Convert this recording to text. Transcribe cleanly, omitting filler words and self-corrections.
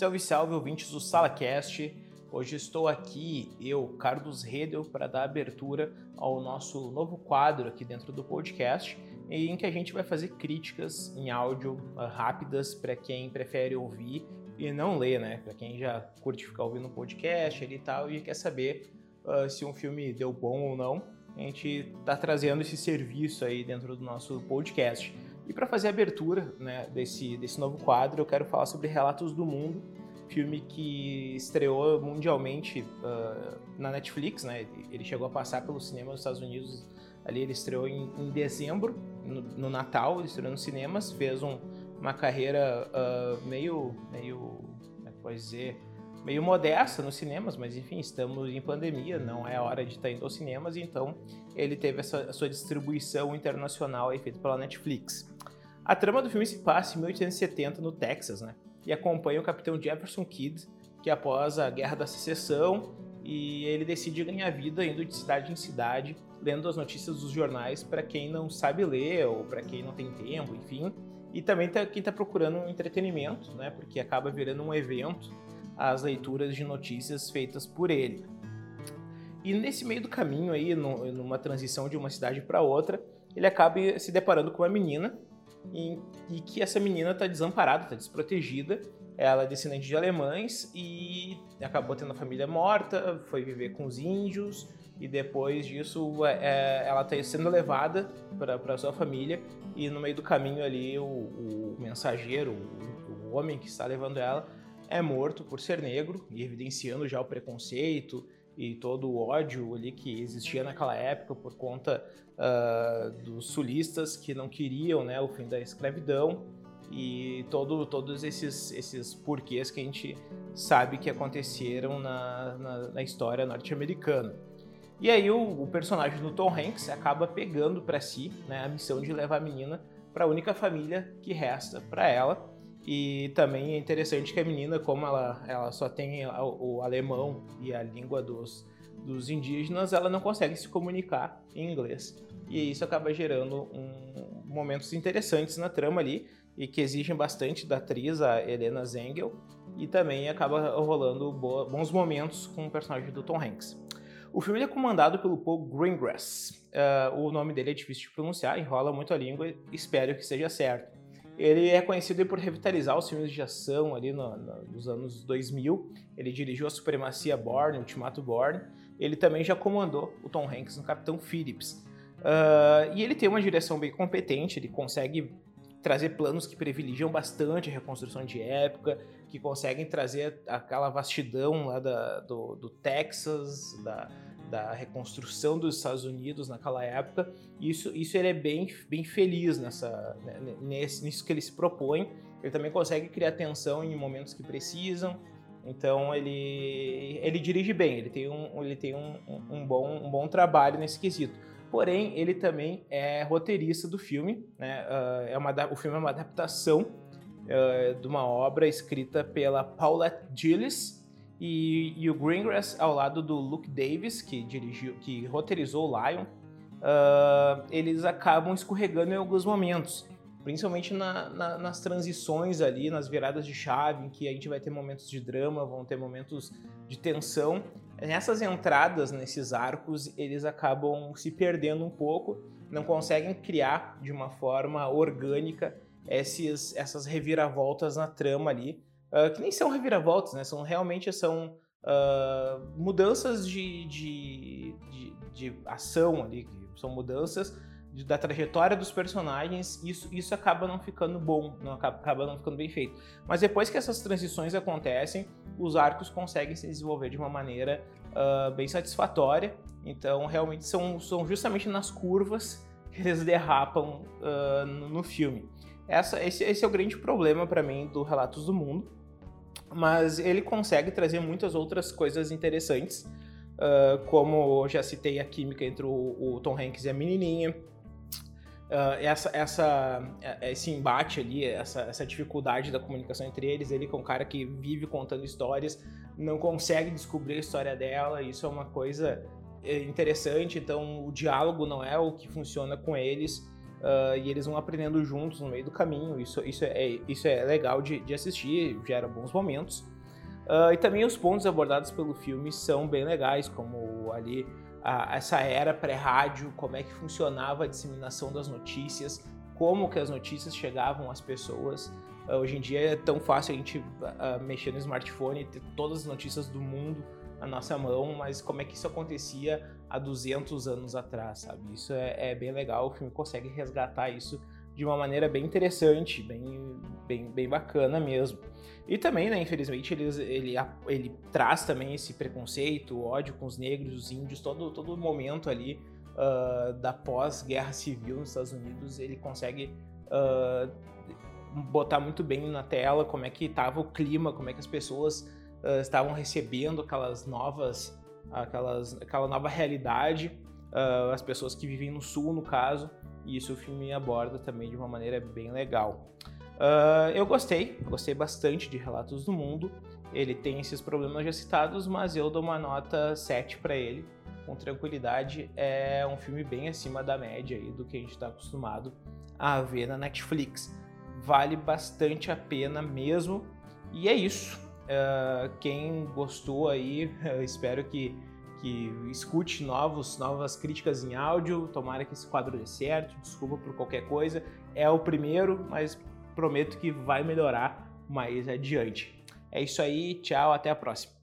Salve, salve, ouvintes do SalaCast. Hoje estou aqui, eu, Carlos Redel, para dar abertura ao nosso novo quadro aqui dentro do podcast, em que a gente vai fazer críticas em áudio rápidas para quem prefere ouvir e não ler, né? Para quem já curte ficar ouvindo um podcast ali e tal e quer saber se um filme deu bom ou não. A gente está trazendo esse serviço aí dentro do nosso podcast. E para fazer a abertura, né, desse novo quadro, eu quero falar sobre Relatos do Mundo, filme que estreou mundialmente na Netflix, né? Ele chegou a passar pelos cinemas dos Estados Unidos, ali ele estreou em dezembro, no Natal, ele estreou nos cinemas, fez uma carreira meio, como é que pode dizer, meio modesta nos cinemas, mas enfim, estamos em pandemia, não é hora de estar indo aos cinemas, então ele teve a sua distribuição internacional aí feita pela Netflix. A trama do filme se passa em 1870 no Texas, né? E acompanha o capitão Jefferson Kidd, que após a Guerra da Secessão, e ele decide ganhar vida indo de cidade em cidade, lendo as notícias dos jornais para quem não sabe ler ou para quem não tem tempo, enfim. E também quem está procurando um entretenimento, né? Porque acaba virando um evento as leituras de notícias feitas por ele. E nesse meio do caminho aí, numa transição de uma cidade para outra, ele acaba se deparando com uma menina e que essa menina está desamparada, está desprotegida. Ela é descendente de alemães e acabou tendo a família morta, foi viver com os índios e depois disso ela está sendo levada para sua família e no meio do caminho ali o mensageiro, o homem que está levando ela, é morto por ser negro, e evidenciando já o preconceito e todo o ódio ali que existia naquela época por conta dos sulistas que não queriam, né, o fim da escravidão e todos esses porquês que a gente sabe que aconteceram na história norte-americana. E aí o personagem do Tom Hanks acaba pegando para si, né, a missão de levar a menina para a única família que resta para ela. E também é interessante que a menina, como ela só tem o alemão e a língua dos indígenas, ela não consegue se comunicar em inglês. E isso acaba gerando momentos interessantes na trama ali, e que exigem bastante da atriz, a Helena Zengel, e também acaba rolando bons momentos com o personagem do Tom Hanks. O filme é comandado pelo Paul Greengrass. O nome dele é difícil de pronunciar, enrola muito a língua, espero que seja certo. Ele é conhecido por revitalizar os filmes de ação ali nos anos 2000. Ele dirigiu a Supremacia Bourne, Ultimato Bourne. Ele também já comandou o Tom Hanks no Capitão Phillips. E ele tem uma direção bem competente, ele consegue trazer planos que privilegiam bastante a reconstrução de época, que conseguem trazer aquela vastidão lá do Texas, da reconstrução dos Estados Unidos naquela época. Isso ele é bem feliz nisso que ele se propõe. Ele também consegue criar tensão em momentos que precisam. Então ele dirige bem, ele tem um bom trabalho nesse quesito. Porém, ele também é roteirista do filme, né? O filme é uma adaptação de uma obra escrita pela Paulette Gillis, e o Greengrass, ao lado do Luke Davis, que roteirizou o Lion, eles acabam escorregando em alguns momentos, principalmente nas transições ali, nas viradas de chave, em que a gente vai ter momentos de drama, vão ter momentos de tensão. Nessas entradas, nesses arcos, eles acabam se perdendo um pouco, não conseguem criar de uma forma orgânica essas reviravoltas na trama ali, que nem são reviravoltas, né? Realmente são mudanças de ação ali, que são mudanças da trajetória dos personagens. Isso acaba não ficando bom, acaba não ficando bem feito. Mas depois que essas transições acontecem, os arcos conseguem se desenvolver de uma maneira bem satisfatória. Então, realmente, são justamente nas curvas que eles derrapam no filme. Esse é o grande problema para mim do Relatos do Mundo. Mas ele consegue trazer muitas outras coisas interessantes, como eu já citei a química entre o Tom Hanks e a menininha, esse embate ali, essa dificuldade da comunicação entre eles. Ele que é um cara que vive contando histórias, não consegue descobrir a história dela, isso é uma coisa interessante. Então o diálogo não é o que funciona com eles, e eles vão aprendendo juntos no meio do caminho. Isso é legal de assistir, gera bons momentos. E também os pontos abordados pelo filme são bem legais, como ali essa era pré-rádio, como é que funcionava a disseminação das notícias, como que as notícias chegavam às pessoas. Hoje em dia é tão fácil a gente mexer no smartphone e ter todas as notícias do mundo na nossa mão, mas como é que isso acontecia há 200 anos atrás, sabe? Isso é bem legal, o filme consegue resgatar isso de uma maneira bem interessante, bem bacana mesmo. E também, né, infelizmente, ele traz também esse preconceito, ódio com os negros, os índios, todo momento ali da pós-guerra civil nos Estados Unidos, ele consegue botar muito bem na tela como é que estava o clima, como é que as pessoas estavam recebendo aquela nova realidade, as pessoas que vivem no sul, no caso, e isso o filme aborda também de uma maneira bem legal. Eu gostei bastante de Relatos do Mundo. Ele tem esses problemas já citados, mas eu dou uma nota 7 para ele, com tranquilidade. É um filme bem acima da média aí do que a gente está acostumado a ver na Netflix. Vale bastante a pena mesmo. E é isso. Quem gostou aí, espero que escute novas críticas em áudio. Tomara que esse quadro dê certo. Desculpa por qualquer coisa. É o primeiro, mas prometo que vai melhorar mais adiante. É isso aí, tchau, até a próxima.